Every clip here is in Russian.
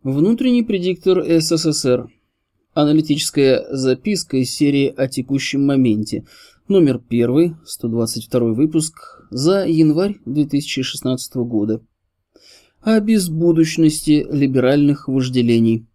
Внутренний предиктор СССР. Аналитическая записка из серии «О текущем моменте». Номер 1, 122 выпуск, за январь 2016 года. О безбудущности либеральных вожделений.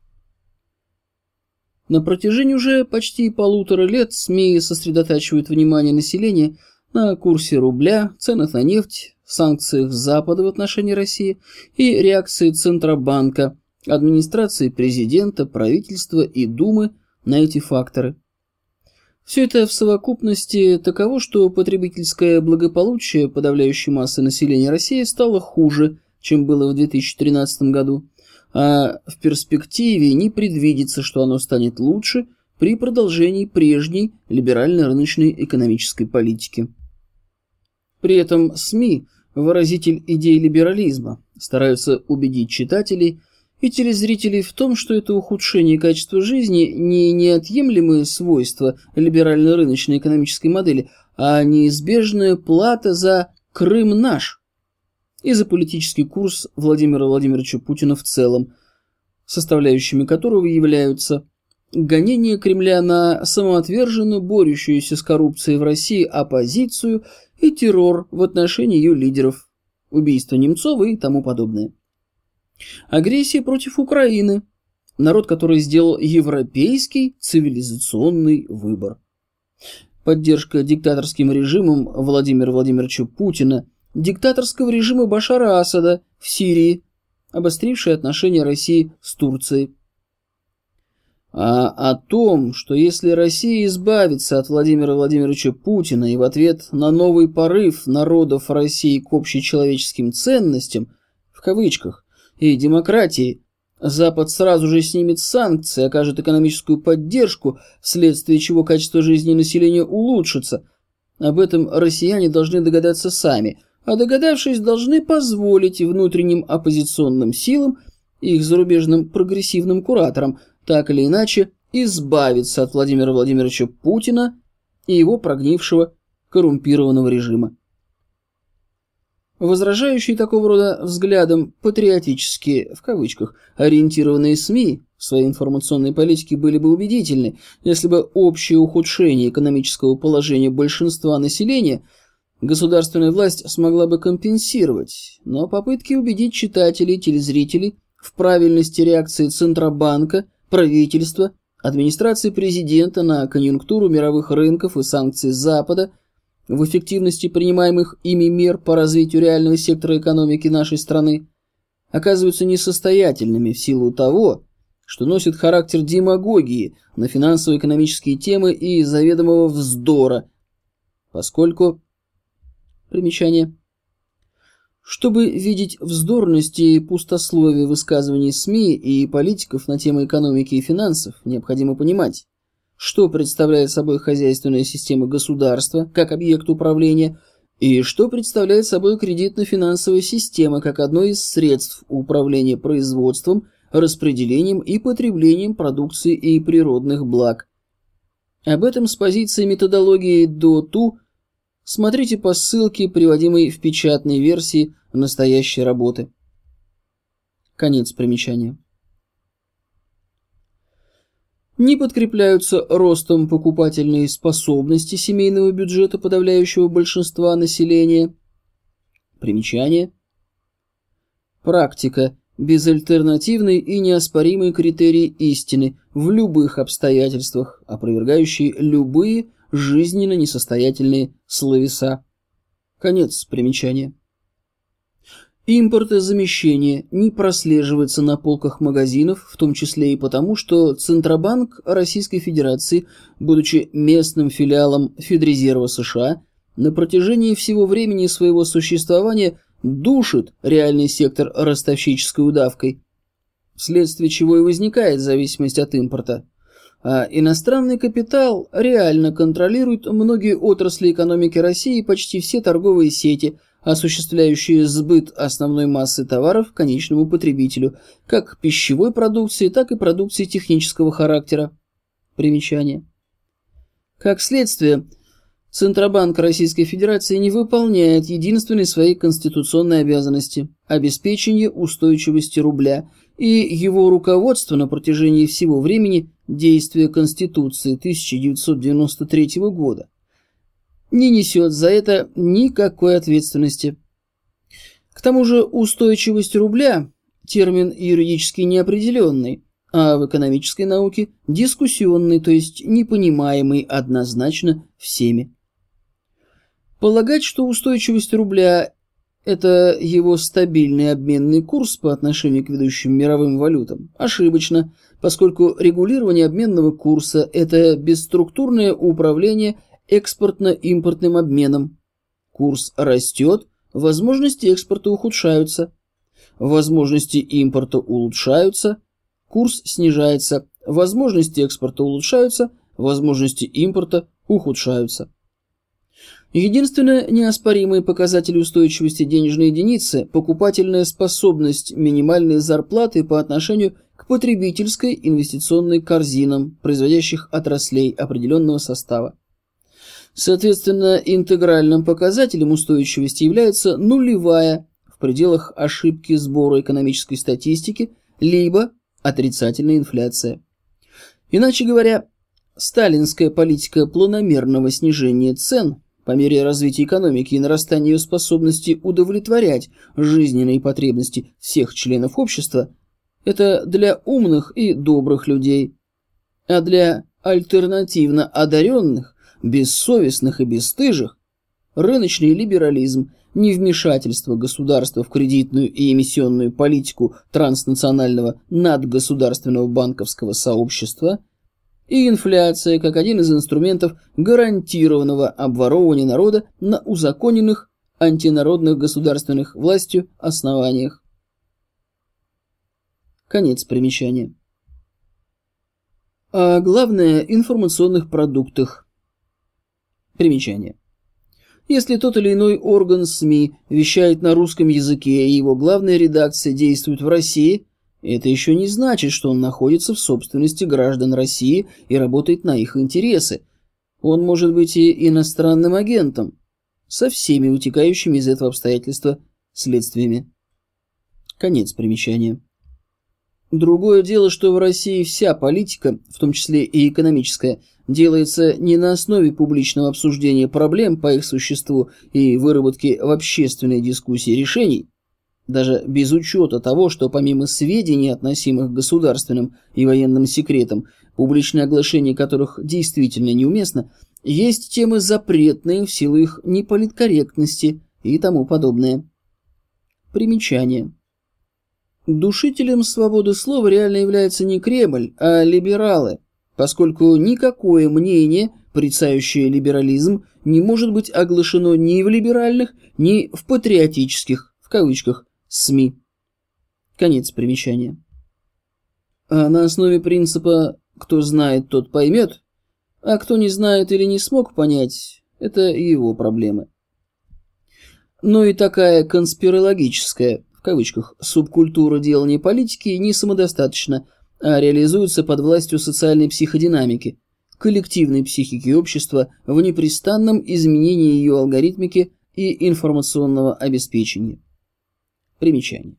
На протяжении уже почти 1,5 лет СМИ сосредотачивают внимание населения на курсе рубля, ценах на нефть, санкциях Запада в отношении России и реакции Центробанка, администрации президента, правительства и Думы на эти факторы. Все это в совокупности таково, что потребительское благополучие подавляющей массы населения России стало хуже, чем было в 2013 году, а в перспективе не предвидится, что оно станет лучше при продолжении прежней либерально-рыночной экономической политики. При этом СМИ, выразитель идей либерализма, стараются убедить читателей и телезрителей в том, что это ухудшение качества жизни не неотъемлемые свойства либерально-рыночной экономической модели, а неизбежная плата за «Крым наш» и за политический курс Владимира Владимировича Путина в целом, составляющими которого являются гонение Кремля на самоотверженно борющуюся с коррупцией в России оппозицию и террор в отношении ее лидеров, убийство Немцова и тому подобное. Агрессия против Украины, народ, который сделал европейский цивилизационный выбор. Поддержка диктаторским режимом Владимира Владимировича Путина, диктаторского режима Башара Асада в Сирии, обострившие отношения России с Турцией. А о том, что если Россия избавится от Владимира Владимировича Путина и в ответ на новый порыв народов России к общечеловеческим ценностям, в кавычках, и демократии, Запад сразу же снимет санкции, окажет экономическую поддержку, вследствие чего качество жизни населения улучшится. Об этом россияне должны догадаться сами, а догадавшись, должны позволить внутренним оппозиционным силам и их зарубежным прогрессивным кураторам так или иначе избавиться от Владимира Владимировича Путина и его прогнившего коррумпированного режима. Возражающие такого рода взглядам патриотически, в кавычках, ориентированные СМИ в своей информационной политике были бы убедительны, если бы общее ухудшение экономического положения большинства населения государственная власть смогла бы компенсировать, но попытки убедить читателей и телезрителей в правильности реакции Центробанка, правительства, администрации президента на конъюнктуру мировых рынков и санкции Запада, в эффективности принимаемых ими мер по развитию реального сектора экономики нашей страны, оказываются несостоятельными в силу того, что носят характер демагогии на финансово-экономические темы и заведомого вздора, поскольку... Примечание. Чтобы видеть вздорность и пустословие высказываний СМИ и политиков на темы экономики и финансов, необходимо понимать, что представляет собой хозяйственная система государства как объект управления и что представляет собой кредитно-финансовая система как одно из средств управления производством, распределением и потреблением продукции и природных благ. Об этом с позиции методологии ДОТУ смотрите по ссылке, приводимой в печатной версии настоящей работы. Конец примечания. Не подкрепляются ростом покупательной способности семейного бюджета подавляющего большинства населения. Примечание. Практика – безальтернативный и неоспоримый критерий истины в любых обстоятельствах, опровергающий любые жизненно несостоятельные словеса. Конец примечания. Импортозамещение не прослеживается на полках магазинов, в том числе и потому, что Центробанк Российской Федерации, будучи местным филиалом Федрезерва США, на протяжении всего времени своего существования душит реальный сектор ростовщической удавкой, вследствие чего и возникает зависимость от импорта. А иностранный капитал реально контролирует многие отрасли экономики России и почти все торговые сети, осуществляющие сбыт основной массы товаров конечному потребителю, как пищевой продукции, так и продукции технического характера. Примечание. Как следствие, Центробанк Российской Федерации не выполняет единственной своей конституционной обязанности – обеспечение устойчивости рубля и его руководство на протяжении всего времени действия Конституции 1993 года не несет за это никакой ответственности. К тому же устойчивость рубля – термин юридически неопределенный, а в экономической науке – дискуссионный, то есть непонимаемый однозначно всеми. Полагать, что устойчивость рубля – это его стабильный обменный курс по отношению к ведущим мировым валютам, ошибочно, поскольку регулирование обменного курса – это бесструктурное управление экспортно-импортным обменом. Курс растет, возможности экспорта ухудшаются. Возможности импорта улучшаются, курс снижается, возможности экспорта улучшаются, возможности импорта ухудшаются. Единственный неоспоримый показатель устойчивости денежной единицы – покупательная способность минимальной зарплаты по отношению к потребительской инвестиционной корзинам производящих отраслей определенного состава. Соответственно, интегральным показателем устойчивости является нулевая в пределах ошибки сбора экономической статистики, либо отрицательная инфляция. Иначе говоря, сталинская политика планомерного снижения цен по мере развития экономики и нарастания ее способности удовлетворять жизненные потребности всех членов общества – это для умных и добрых людей, а для альтернативно одаренных, бессовестных и бесстыжих рыночный либерализм, невмешательство государства в кредитную и эмиссионную политику транснационального надгосударственного банковского сообщества и инфляция как один из инструментов гарантированного обворовывания народа на узаконенных антинародных государственных властью основаниях. Конец примечания. А главное, информационных продуктах. Примечание. Если тот или иной орган СМИ вещает на русском языке и его главная редакция действует в России, это еще не значит, что он находится в собственности граждан России и работает на их интересы. Он может быть и иностранным агентом, со всеми вытекающими из этого обстоятельства следствиями. Конец примечания. Другое дело, что в России вся политика, в том числе и экономическая, делается не на основе публичного обсуждения проблем по их существу и выработки в общественной дискуссии решений, даже без учета того, что помимо сведений, относимых к государственным и военным секретам, публичное оглашение которых действительно неуместно, есть темы запретные в силу их неполиткорректности и тому подобное. Примечание. Душителем свободы слова реально является не Кремль, а либералы, поскольку никакое мнение, порицающее либерализм, не может быть оглашено ни в либеральных, ни в патриотических, в кавычках, СМИ. Конец примечания. А на основе принципа «кто знает, тот поймет», а кто не знает или не смог понять, это его проблемы. Но и такая конспирологическая, в кавычках, субкультура делания политики не самодостаточна, а реализуется под властью социальной психодинамики, коллективной психики общества в непрестанном изменении ее алгоритмики и информационного обеспечения. Примечание.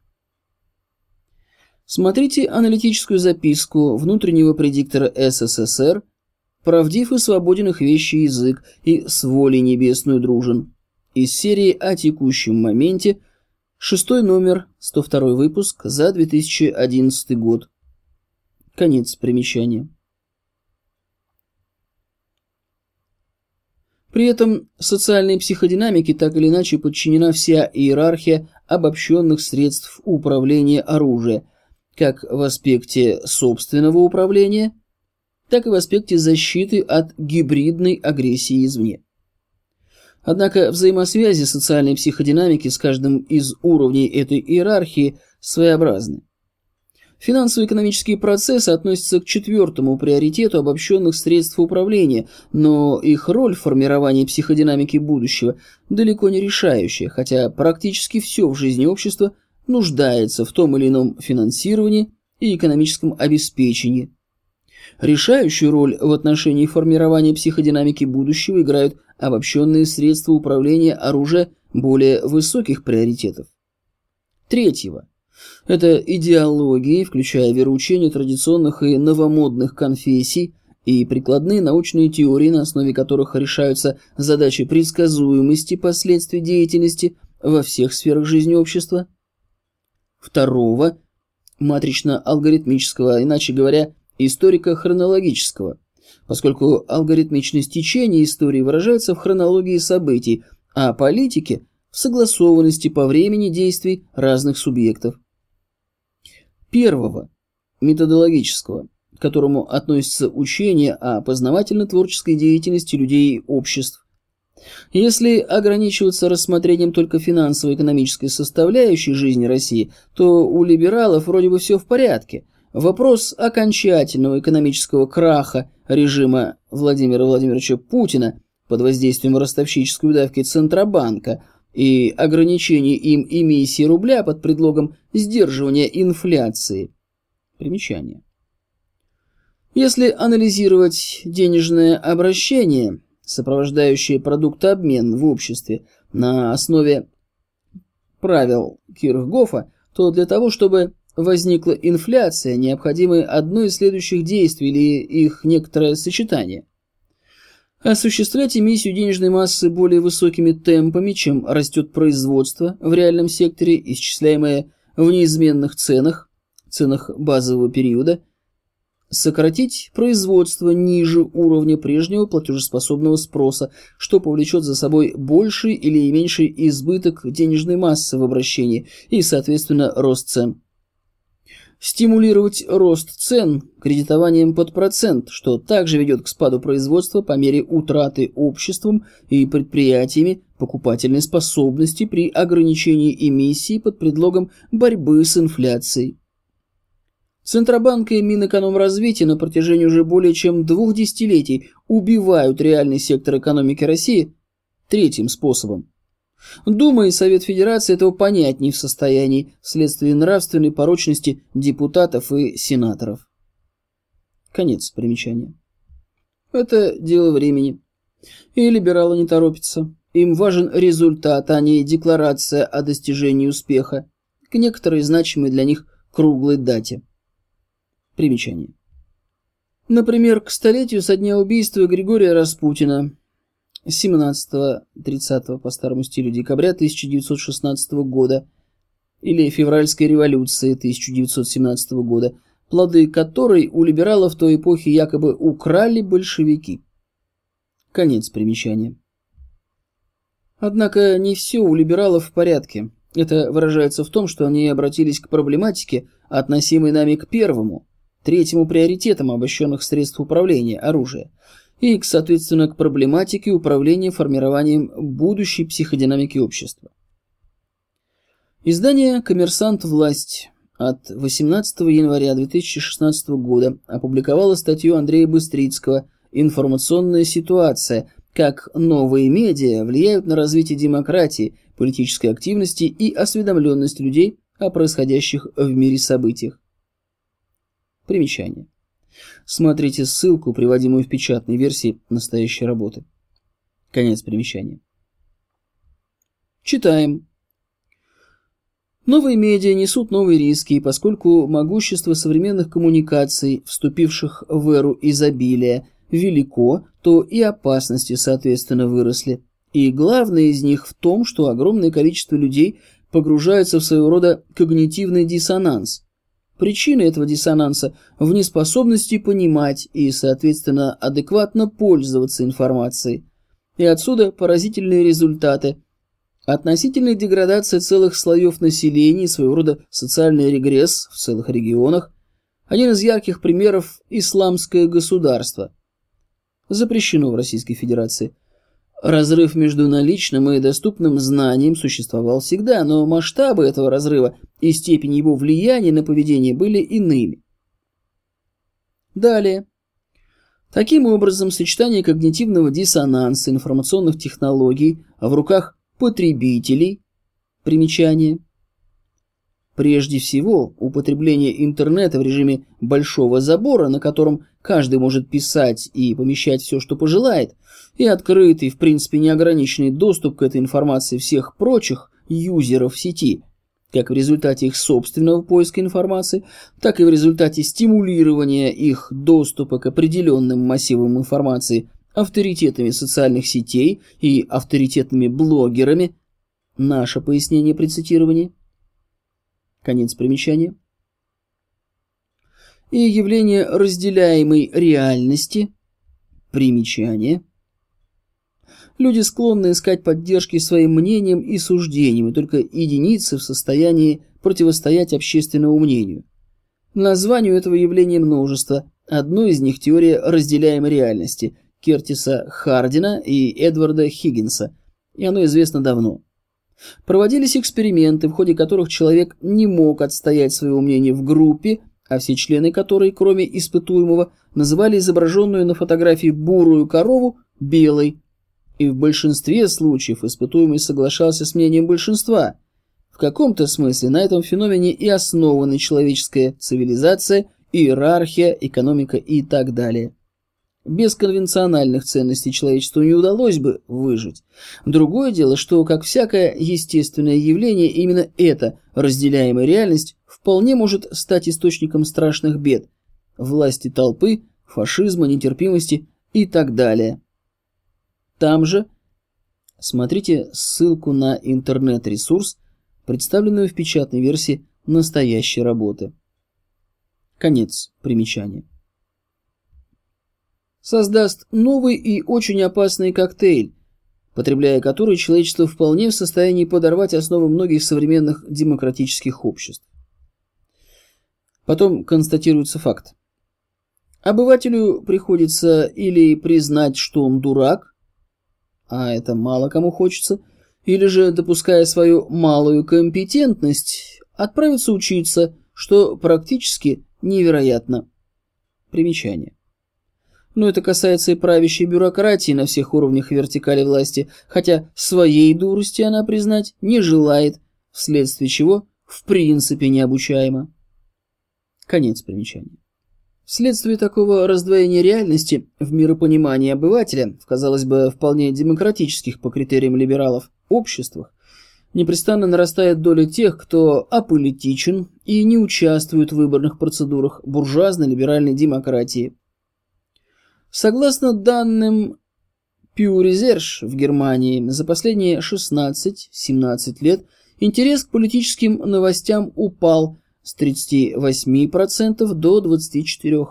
Смотрите аналитическую записку внутреннего предиктора СССР «Правдив и свободен их вещи язык» и «С волей небесную дружен» из серии «О текущем моменте», 6 номер, 102 выпуск за 2011 год. Конец примечания. При этом социальной психодинамике так или иначе подчинена вся иерархия обобщенных средств управления оружия, как в аспекте собственного управления, так и в аспекте защиты от гибридной агрессии извне. Однако взаимосвязи социальной психодинамики с каждым из уровней этой иерархии своеобразны. Финансово-экономические процессы относятся к четвертому приоритету обобщенных средств управления, но их роль в формировании психодинамики будущего далеко не решающая, хотя практически все в жизни общества нуждается в том или ином финансировании и экономическом обеспечении. Решающую роль в отношении формирования психодинамики будущего играют обобщенные средства управления оружия более высоких приоритетов. Третьего, Это идеологии, включая вероучения традиционных и новомодных конфессий, и прикладные научные теории, на основе которых решаются задачи предсказуемости последствий деятельности во всех сферах жизни общества. Второго, матрично-алгоритмического, иначе говоря, историко-хронологического, поскольку алгоритмичность течения истории выражается в хронологии событий, а политики – в согласованности по времени действий разных субъектов. Первого, методологического, к которому относится учение о познавательно-творческой деятельности людей и обществ. Если ограничиваться рассмотрением только финансово-экономической составляющей жизни России, то у либералов вроде бы все в порядке. Вопрос окончательного экономического краха режима Владимира Владимировича Путина под воздействием ростовщической удавки Центробанка и ограничения им эмиссии рубля под предлогом сдерживания инфляции. Примечание. Если анализировать денежное обращение, сопровождающее продуктообмен в обществе на основе правил Кирхгофа, то для того, чтобы возникла инфляция, необходимо одно из следующих действий или их некоторое сочетание. Осуществлять эмиссию денежной массы более высокими темпами, чем растет производство в реальном секторе, исчисляемое в неизменных ценах базового периода, сократить производство ниже уровня прежнего платежеспособного спроса, что повлечет за собой больший или меньший избыток денежной массы в обращении и, соответственно, рост цен. Стимулировать рост цен кредитованием под процент, что также ведет к спаду производства по мере утраты обществом и предприятиями покупательной способности при ограничении эмиссии под предлогом борьбы с инфляцией. Центробанк и Минэкономразвития на протяжении уже более чем 2 десятилетий убивают реальный сектор экономики России третьим способом. Дума и Совет Федерации этого понять не в состоянии вследствие нравственной порочности депутатов и сенаторов. Конец примечания. Это дело времени. И либералы не торопятся. Им важен результат, а не декларация о достижении успеха к некоторой значимой для них круглой дате. Примечание. Например, к столетию со дня убийства Григория Распутина 17-30 по старому стилю декабря 1916 года или февральской революции 1917 года, плоды которой у либералов той эпохи якобы украли большевики. Конец примечания. Однако не все у либералов в порядке. Это выражается в том, что они обратились к проблематике, относимой нами к первому, третьему приоритетам обобщенных средств управления оружия, и, соответственно, к проблематике управления формированием будущей психодинамики общества. Издание «Коммерсант. Власть» от 18 января 2016 года опубликовало статью Андрея Быстрицкого «Информационная ситуация. Как новые медиа влияют на развитие демократии, политической активности и осведомленность людей о происходящих в мире событиях». Примечание. Смотрите ссылку, приводимую в печатной версии настоящей работы. Конец примечания. Читаем. Новые медиа несут новые риски, и поскольку могущество современных коммуникаций, вступивших в эру изобилия, велико, то и опасности, соответственно, выросли. И главное из них в том, что огромное количество людей погружается в своего рода когнитивный диссонанс. Причина этого диссонанса в неспособности понимать и, соответственно, адекватно пользоваться информацией. И отсюда поразительные результаты. Относительная деградация целых слоев населения и своего рода социальный регресс в целых регионах. Один из ярких примеров – исламское государство. Запрещено в Российской Федерации. Разрыв между наличным и доступным знанием существовал всегда, но масштабы этого разрыва и степень его влияния на поведение были иными. Далее. Таким образом, сочетание когнитивного диссонанса информационных технологий в руках потребителей, примечание. Прежде всего, употребление интернета в режиме большого забора, на котором каждый может писать и помещать все, что пожелает, и открытый, в принципе, неограниченный доступ к этой информации всех прочих юзеров сети, как в результате их собственного поиска информации, так и в результате стимулирования их доступа к определенным массивам информации авторитетами социальных сетей и авторитетными блогерами. Наше пояснение при цитировании. Конец примечания. И явление разделяемой реальности. Примечание. Люди склонны искать поддержки своим мнением и суждением, и только единицы в состоянии противостоять общественному мнению. Названию этого явления множество. Одно из них – теория разделяемой реальности Кертиса Хардина и Эдварда Хиггинса, и оно известно давно. Проводились эксперименты, в ходе которых человек не мог отстоять своего мнения в группе, а все члены которой, кроме испытуемого, называли изображенную на фотографии бурую корову белой. И в большинстве случаев испытуемый соглашался с мнением большинства. В каком-то смысле на этом феномене и основана человеческая цивилизация, иерархия, экономика и так далее. Без конвенциональных ценностей человечеству не удалось бы выжить. Другое дело, что, как всякое естественное явление, именно эта разделяемая реальность вполне может стать источником страшных бед – власти толпы, фашизма, нетерпимости и так далее. Там же смотрите ссылку на интернет-ресурс, представленную в печатной версии настоящей работы. Конец примечания. Создаст новый и очень опасный коктейль, потребляя который человечество вполне в состоянии подорвать основы многих современных демократических обществ. Потом констатируется факт. Обывателю приходится или признать, что он дурак, а это мало кому хочется, или же, допуская свою малую компетентность, отправиться учиться, что практически невероятно. Примечание. Но это касается и правящей бюрократии на всех уровнях вертикали власти, хотя своей дурости она признать не желает, вследствие чего в принципе необучаема. Конец примечания. Вследствие такого раздвоения реальности в миропонимании обывателя, в, казалось бы, вполне демократических по критериям либералов обществах, непрестанно нарастает доля тех, кто аполитичен и не участвует в выборных процедурах буржуазно-либеральной демократии. Согласно данным Pew Research в Германии, за последние 16-17 лет интерес к политическим новостям упал с 38% до 24%.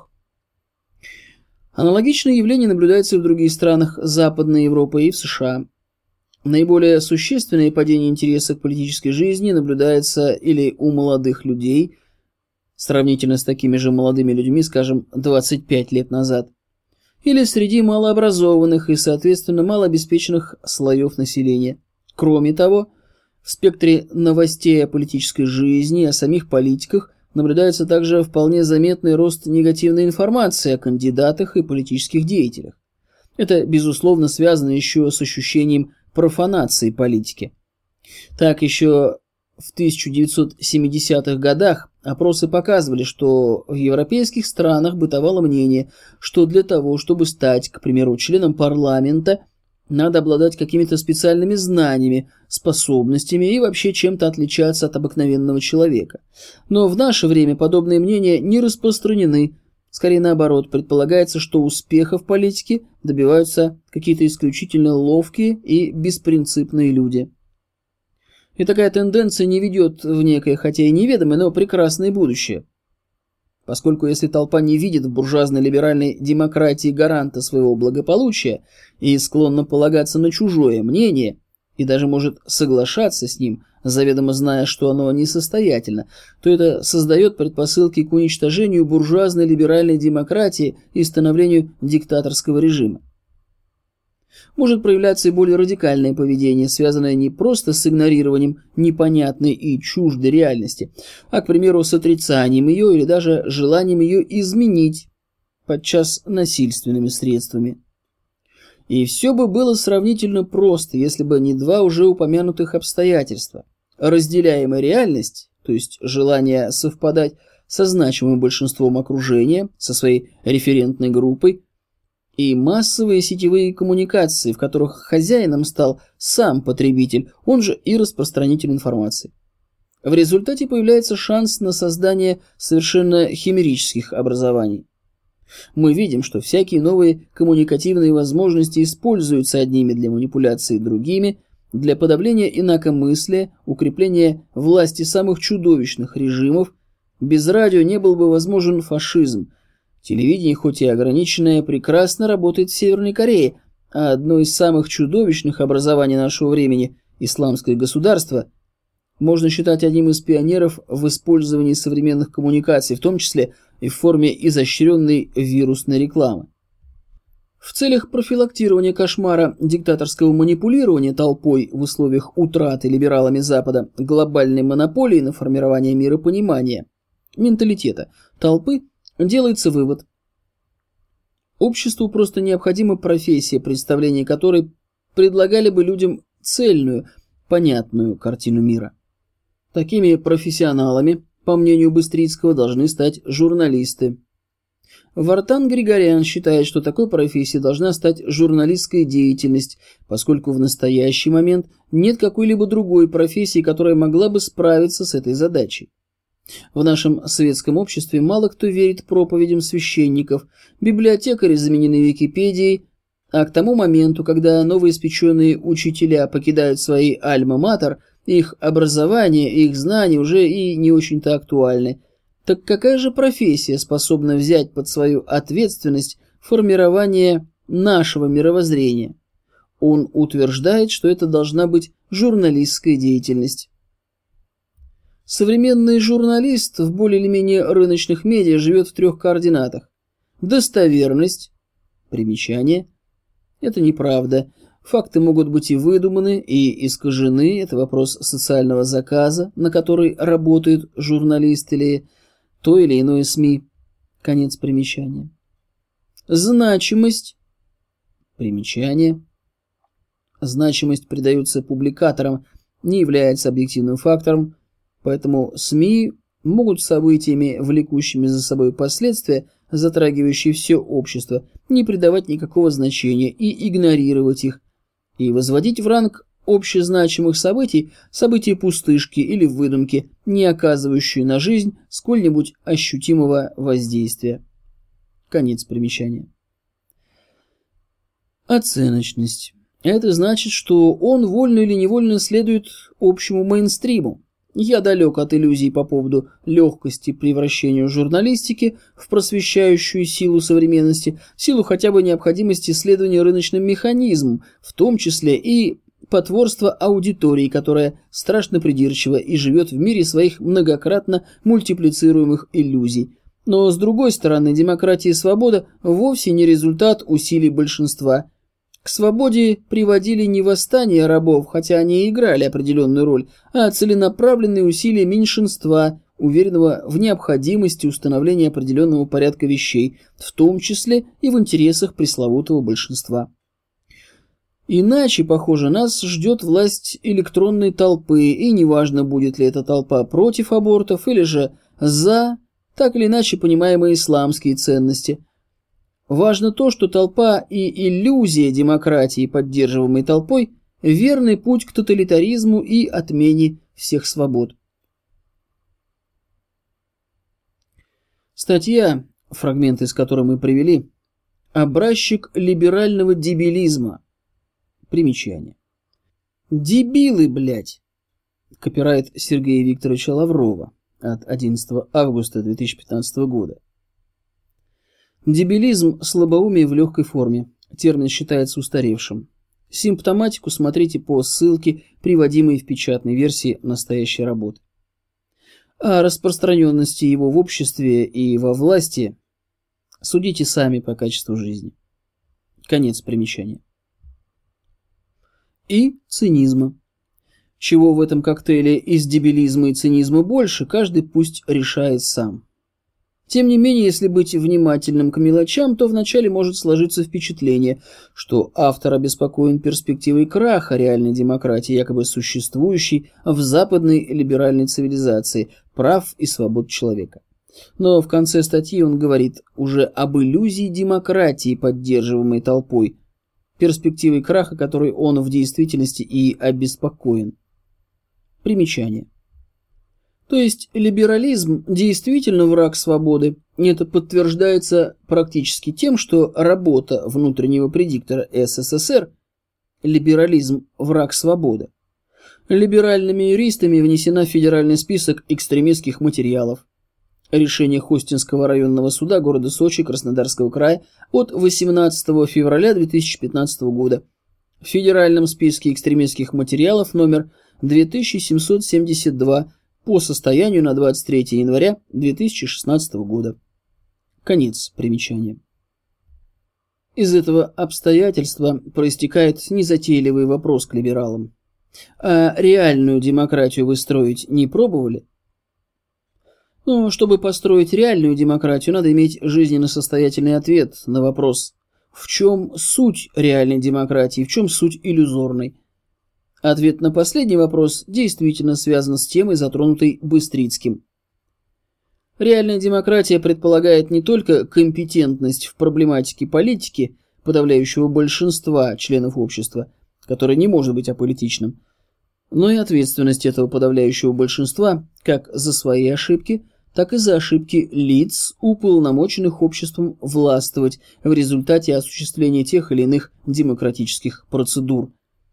Аналогичное явление наблюдается и в других странах Западной Европы и в США. Наиболее существенное падение интереса к политической жизни наблюдается или у молодых людей, сравнительно с такими же молодыми людьми, скажем, 25 лет назад, или среди малообразованных и, соответственно, малообеспеченных слоев населения. Кроме того, в спектре новостей о политической жизни, о самих политиках наблюдается также вполне заметный рост негативной информации о кандидатах и политических деятелях. Это, безусловно, связано еще с ощущением профанации политики. Так, еще в 1970-х годах опросы показывали, что в европейских странах бытовало мнение, что для того, чтобы стать, к примеру, членом парламента, надо обладать какими-то специальными знаниями, способностями и вообще чем-то отличаться от обыкновенного человека. Но в наше время подобные мнения не распространены. Скорее наоборот, предполагается, что успеха в политике добиваются какие-то исключительно ловкие и беспринципные люди. И такая тенденция не ведет в некое, хотя и неведомое, но прекрасное будущее. Поскольку если толпа не видит в буржуазно-либеральной демократии гаранта своего благополучия и склонна полагаться на чужое мнение, и даже может соглашаться с ним, заведомо зная, что оно несостоятельно, то это создает предпосылки к уничтожению буржуазно-либеральной демократии и становлению диктаторского режима. Может проявляться и более радикальное поведение, связанное не просто с игнорированием непонятной и чуждой реальности, а, к примеру, с отрицанием ее или даже желанием ее изменить, подчас насильственными средствами. И все бы было сравнительно просто, если бы не два уже упомянутых обстоятельства. Разделяемая реальность, то есть желание совпадать со значимым большинством окружения, со своей референтной группой, и массовые сетевые коммуникации, в которых хозяином стал сам потребитель, он же и распространитель информации. В результате появляется шанс на создание совершенно химерических образований. Мы видим, что всякие новые коммуникативные возможности используются одними для манипуляции другими, для подавления инакомыслия, укрепления власти самых чудовищных режимов. Без радио не был бы возможен фашизм. Телевидение, хоть и ограниченное, прекрасно работает в Северной Корее, а одно из самых чудовищных образований нашего времени – исламское государство – можно считать одним из пионеров в использовании современных коммуникаций, в том числе и в форме изощренной вирусной рекламы. В целях профилактирования кошмара диктаторского манипулирования толпой в условиях утраты либералами Запада глобальной монополии на формирование миропонимания, менталитета толпы, делается вывод. Обществу просто необходима профессия, представление которой предлагали бы людям цельную, понятную картину мира. Такими профессионалами, по мнению Быстрицкого, должны стать журналисты. Вартан Григорян считает, что такой профессией должна стать журналистская деятельность, поскольку в настоящий момент нет какой-либо другой профессии, которая могла бы справиться с этой задачей. В нашем светском обществе мало кто верит проповедям священников, библиотекари заменены Википедией, а к тому моменту, когда новоиспеченные учителя покидают свои альма-матер, их образование и их знания уже и не очень-то актуальны. Так какая же профессия способна взять под свою ответственность формирование нашего мировоззрения? Он утверждает, что это должна быть журналистская деятельность. Современный журналист в более или менее рыночных медиа живет в 3 координатах. Достоверность, примечание, это неправда. Факты могут быть и выдуманы, и искажены. Это вопрос социального заказа, на который работает журналист или то или иное СМИ. Конец примечания. Значимость. Примечание. Значимость придается публикаторам, не является объективным фактором, поэтому СМИ могут событиями, влекущими за собой последствия, затрагивающие все общество, не придавать никакого значения и игнорировать их, и возводить в ранг общезначимых событий события пустышки или выдумки, не оказывающие на жизнь сколь-нибудь ощутимого воздействия. Конец примечания. Оценочность. Это значит, что он вольно или невольно следует общему мейнстриму. Я далек от иллюзий по поводу легкости превращения журналистики в просвещающую силу современности, силу хотя бы необходимости исследования рыночным механизмом, в том числе и потворства аудитории, которая страшно придирчива и живет в мире своих многократно мультиплицируемых иллюзий. Но, с другой стороны, демократия и свобода вовсе не результат усилий большинства. К свободе приводили не восстания рабов, хотя они и играли определенную роль, а целенаправленные усилия меньшинства, уверенного в необходимости установления определенного порядка вещей, в том числе и в интересах пресловутого большинства. Иначе, похоже, нас ждет власть электронной толпы, и неважно, будет ли эта толпа против абортов или же за, так или иначе понимаемые исламские ценности. Важно то, что толпа и иллюзия демократии, поддерживаемой толпой, верный путь к тоталитаризму и отмене всех свобод. Статья, фрагменты из которой мы привели, «Образчик либерального дебилизма». Примечание. Дебилы, блядь! Копирайт Сергея Викторовича Лаврова от 11 августа 2015 года. Дебилизм – слабоумие в легкой форме. Термин считается устаревшим. Симптоматику смотрите по ссылке, приводимой в печатной версии настоящей работы. О распространенности его в обществе и во власти судите сами по качеству жизни. Конец примечания. И цинизма. Чего в этом коктейле из дебилизма и цинизма больше, каждый пусть решает сам. Тем не менее, если быть внимательным к мелочам, то вначале может сложиться впечатление, что автор обеспокоен перспективой краха реальной демократии, якобы существующей в западной либеральной цивилизации, прав и свобод человека. Но в конце статьи он говорит уже об иллюзии демократии, поддерживаемой толпой, перспективой краха, которой он в действительности и обеспокоен. Примечание. То есть либерализм действительно враг свободы. Это подтверждается практически тем, что работа внутреннего предиктора СССР «Либерализм – враг свободы» либеральными юристами внесена в федеральный список экстремистских материалов. Решение Хостинского районного суда города Сочи Краснодарского края от 18 февраля 2015 года в федеральном списке экстремистских материалов номер 2772 по состоянию на 23 января 2016 года. Конец примечания. Из этого обстоятельства проистекает незатейливый вопрос к либералам. А реальную демократию вы строить не пробовали? Но чтобы построить реальную демократию, надо иметь жизненно состоятельный ответ на вопрос, в чем суть реальной демократии, в чем суть иллюзорной. Ответ на последний вопрос действительно связан с темой, затронутой Быстрицким. Реальная демократия предполагает не только компетентность в проблематике политики подавляющего большинства членов общества, которое не может быть аполитичным, но и ответственность этого подавляющего большинства как за свои ошибки, так и за ошибки лиц, уполномоченных обществом властвовать в результате осуществления тех или иных демократических процедур.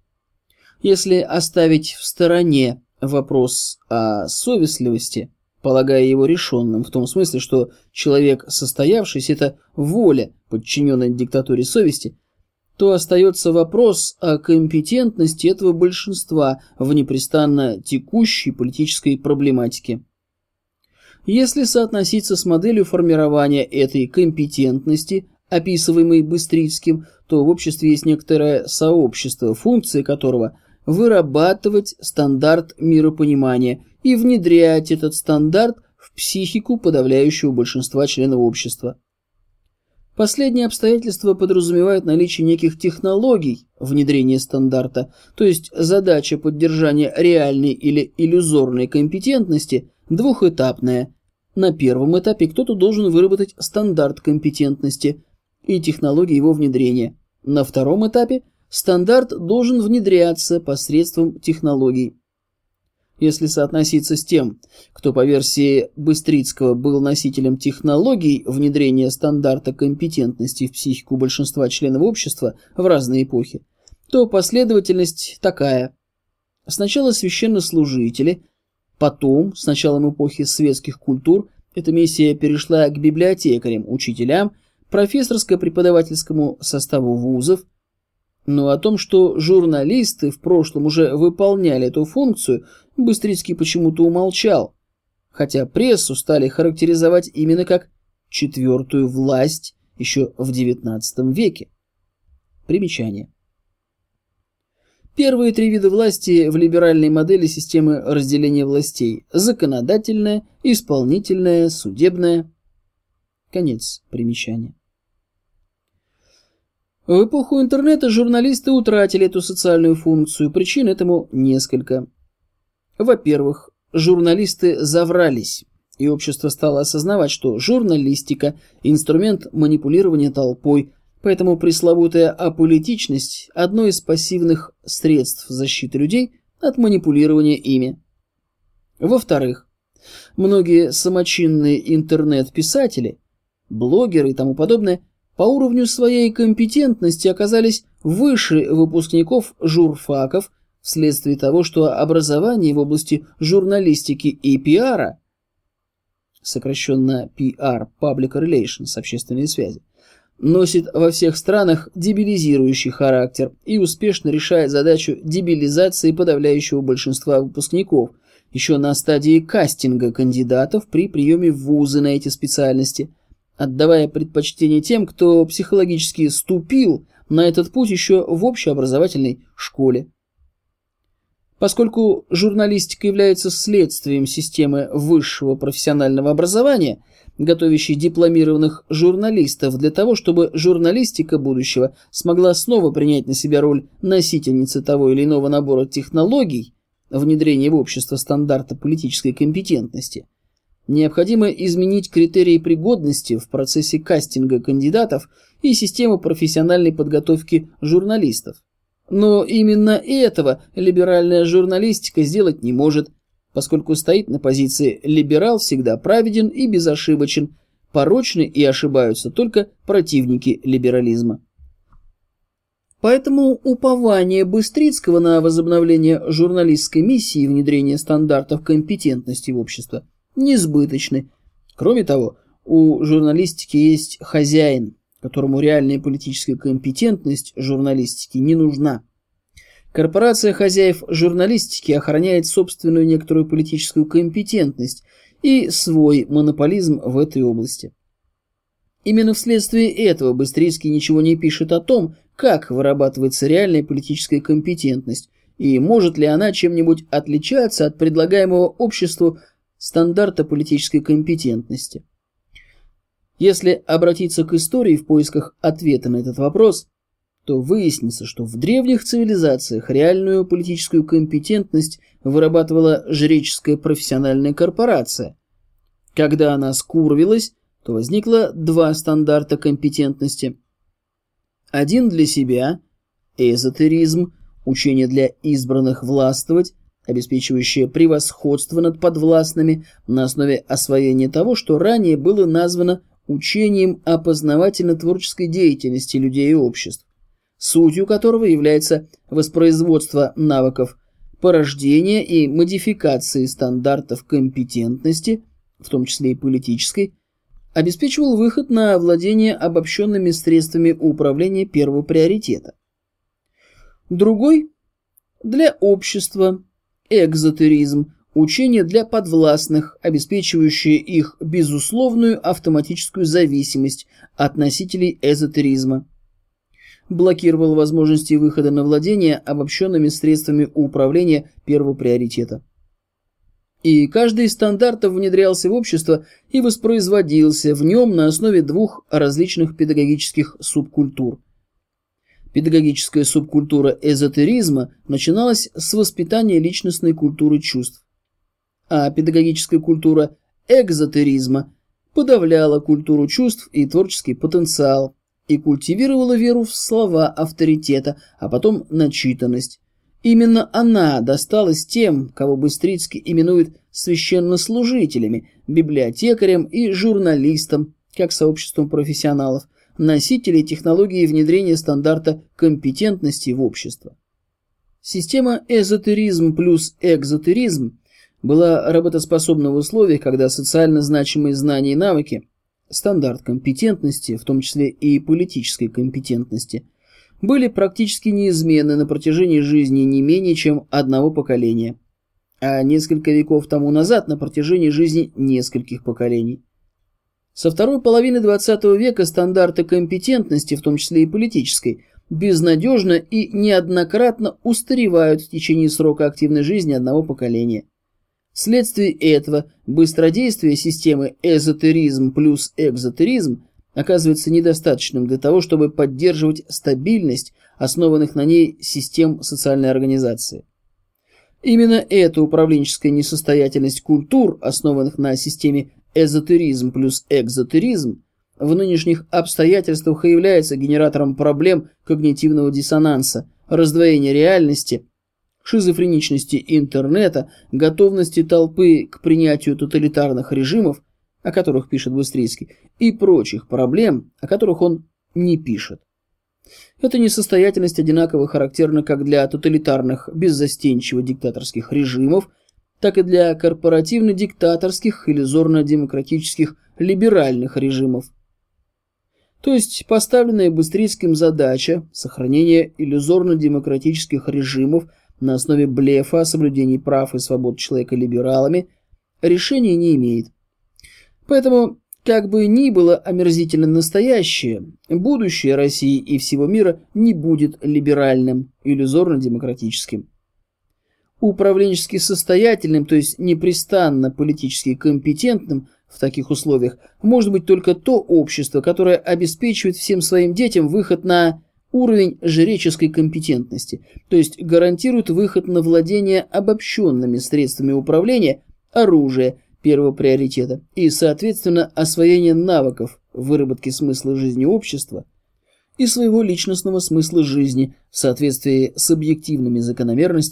Если оставить в стороне вопрос о совестливости, полагая его решенным, в том смысле, что человек состоявшийся – это воля, подчиненная диктатуре совести, то остается вопрос о компетентности этого большинства в непрестанно текущей политической проблематике. Если соотноситься с моделью формирования этой компетентности, описываемой Быстрицким, то в обществе есть некоторое сообщество, функции которого – вырабатывать стандарт миропонимания и внедрять этот стандарт в психику подавляющего большинства членов общества. Последнее обстоятельство подразумевает наличие неких технологий внедрения стандарта, то есть задача поддержания реальной или иллюзорной компетентности двухэтапная. На первом этапе кто-то должен выработать стандарт компетентности и технологии его внедрения. На втором этапе стандарт должен внедряться посредством технологий. Если соотноситься с тем, кто по версии Быстрицкого был носителем технологий внедрения стандарта компетентности в психику большинства членов общества в разные эпохи, то последовательность такая. Сначала священнослужители, потом, с началом эпохи светских культур, эта миссия перешла к библиотекарям, учителям, профессорско-преподавательскому составу вузов. Но о том, что журналисты в прошлом уже выполняли эту функцию, Быстрицкий почему-то умолчал, хотя прессу стали характеризовать именно как четвертую власть еще в XIX веке. Примечание. Первые три вида власти в либеральной модели системы разделения властей – законодательная, исполнительная, судебная. Конец примечания. В эпоху интернета журналисты утратили эту социальную функцию, причин этому несколько. Во-первых, журналисты заврались, и общество стало осознавать, что журналистика – инструмент манипулирования толпой, поэтому пресловутая аполитичность – одно из пассивных средств защиты людей от манипулирования ими. Во-вторых, многие самочинные интернет-писатели, блогеры и тому подобное – по уровню своей компетентности оказались выше выпускников журфаков вследствие того, что образование в области журналистики и пиара, сокращенно PR, Public Relations, общественные связи, носит во всех странах дебилизирующий характер и успешно решает задачу дебилизации подавляющего большинства выпускников еще на стадии кастинга кандидатов при приеме в вузы на эти специальности, отдавая предпочтение тем, кто психологически ступил на этот путь еще в общеобразовательной школе. Поскольку журналистика является следствием системы высшего профессионального образования, готовящей дипломированных журналистов для того, чтобы журналистика будущего смогла снова принять на себя роль носительницы того или иного набора технологий, внедрения в общество стандарта политической компетентности, необходимо изменить критерии пригодности в процессе кастинга кандидатов и систему профессиональной подготовки журналистов. Но именно этого либеральная журналистика сделать не может, поскольку стоит на позиции «либерал всегда праведен и безошибочен», порочны и ошибаются только противники либерализма. Поэтому упование Быстрицкого на возобновление журналистской миссии и внедрение стандартов компетентности в общество несбыточны. Кроме того, у журналистики есть хозяин, которому реальная политическая компетентность журналистики не нужна. Корпорация хозяев журналистики охраняет собственную некоторую политическую компетентность и свой монополизм в этой области. Именно вследствие этого Быстрицкий ничего не пишет о том, как вырабатывается реальная политическая компетентность и может ли она чем-нибудь отличаться от предлагаемого обществу стандарта политической компетентности. Если обратиться к истории в поисках ответа на этот вопрос, то выяснится, что в древних цивилизациях реальную политическую компетентность вырабатывала жреческая профессиональная корпорация. Когда она скурвилась, то возникло два стандарта компетентности. Один для себя – эзотеризм, учение для избранных властвовать, обеспечивающее превосходство над подвластными на основе освоения того, что ранее было названо учением о познавательно-творческой деятельности людей и обществ, сутью которого является воспроизводство навыков порождения и модификации стандартов компетентности, в том числе и политической, обеспечивал выход на владение обобщенными средствами управления первого приоритета. Другой – для общества, экзотеризм, учение для подвластных, обеспечивающее их безусловную автоматическую зависимость от носителей эзотеризма. Блокировал возможности выхода на владение обобщенными средствами управления первого приоритета. И каждый из стандартов внедрялся в общество и воспроизводился в нем на основе двух различных педагогических субкультур. Педагогическая субкультура эзотеризма начиналась с воспитания личностной культуры чувств, а педагогическая культура экзотеризма подавляла культуру чувств и творческий потенциал и культивировала веру в слова авторитета, а потом начитанность. Именно она досталась тем, кого Быстрицкий именует священнослужителями, библиотекарям и журналистам, как сообществом профессионалов, носителей технологии внедрения стандарта компетентности в общество. Система эзотеризм плюс экзотеризм была работоспособна в условиях, когда социально значимые знания и навыки, стандарт компетентности, в том числе и политической компетентности, были практически неизменны на протяжении жизни не менее чем одного поколения, а несколько веков тому назад на протяжении жизни нескольких поколений. Со второй половины XX века стандарты компетентности, в том числе и политической, безнадежно и неоднократно устаревают в течение срока активной жизни одного поколения. Вследствие этого быстродействие системы эзотеризм плюс экзотеризм оказывается недостаточным для того, чтобы поддерживать стабильность основанных на ней систем социальной организации. Именно эта управленческая несостоятельность культур, основанных на системе эзотеризм плюс экзотеризм, в нынешних обстоятельствах и является генератором проблем когнитивного диссонанса, раздвоения реальности, шизофреничности интернета, готовности толпы к принятию тоталитарных режимов, о которых пишет Быстрицкий, и прочих проблем, о которых он не пишет. Эта несостоятельность одинаково характерна как для тоталитарных беззастенчиво-диктаторских режимов, так и для корпоративно-диктаторских иллюзорно-демократических либеральных режимов. То есть поставленная Быстрицким задача сохранения иллюзорно-демократических режимов на основе блефа о соблюдении прав и свобод человека либералами решения не имеет. Поэтому, как бы ни было омерзительно настоящее, будущее России и всего мира не будет либеральным, иллюзорно-демократическим. Управленчески состоятельным, то есть непрестанно политически компетентным в таких условиях, может быть только то общество, которое обеспечивает всем своим детям выход на уровень жреческой компетентности, то есть гарантирует выход на владение обобщенными средствами управления, оружия первого приоритета и, соответственно, освоение навыков выработки смысла жизни общества и своего личностного смысла жизни в соответствии с объективными закономерностями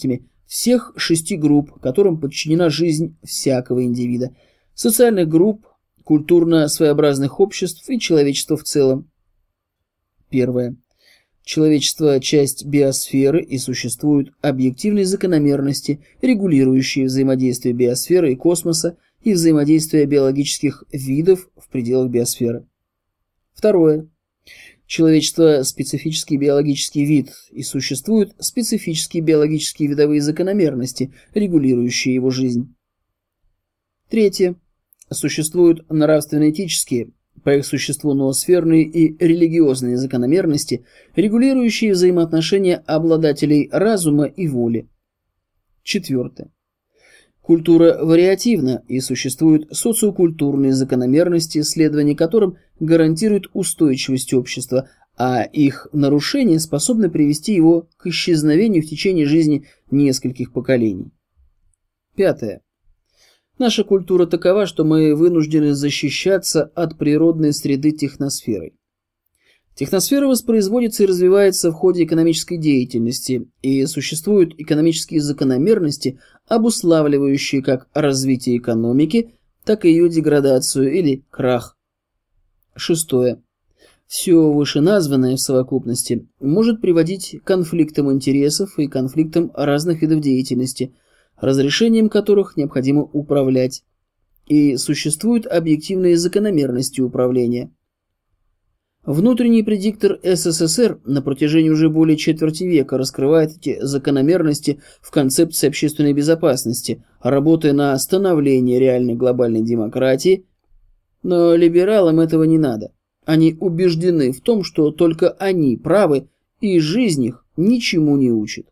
всех 6 групп, которым подчинена жизнь всякого индивида, социальных групп, культурно своеобразных обществ и человечества в целом. Первое. Человечество – часть биосферы, и существуют объективные закономерности, регулирующие взаимодействие биосферы и космоса и взаимодействие биологических видов в пределах биосферы. Второе. Человечество – специфический биологический вид, и существуют специфические биологические видовые закономерности, регулирующие его жизнь. Третье. Существуют нравственно-этические, по их существу ноосферные и религиозные закономерности, регулирующие взаимоотношения обладателей разума и воли. Четвертое. Культура вариативна, и существуют социокультурные закономерности, следование которым гарантирует устойчивость общества, а их нарушение способно привести его к исчезновению в течение жизни нескольких поколений. Пятое. Наша культура такова, что мы вынуждены защищаться от природной среды техносферой. Техносфера воспроизводится и развивается в ходе экономической деятельности, и существуют экономические закономерности, обуславливающие как развитие экономики, так и ее деградацию или крах. Шестое. Все вышеназванное в совокупности может приводить к конфликтам интересов и конфликтам разных видов деятельности, разрешением которых необходимо управлять, и существуют объективные закономерности управления. Внутренний предиктор СССР на протяжении уже более четверти века раскрывает эти закономерности в концепции общественной безопасности, работая на становление реальной глобальной демократии, но либералам этого не надо. Они убеждены в том, что только они правы, и жизнь их ничему не учит.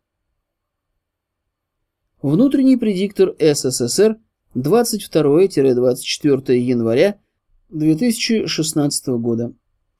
Внутренний предиктор СССР 22-24 января 2016 года.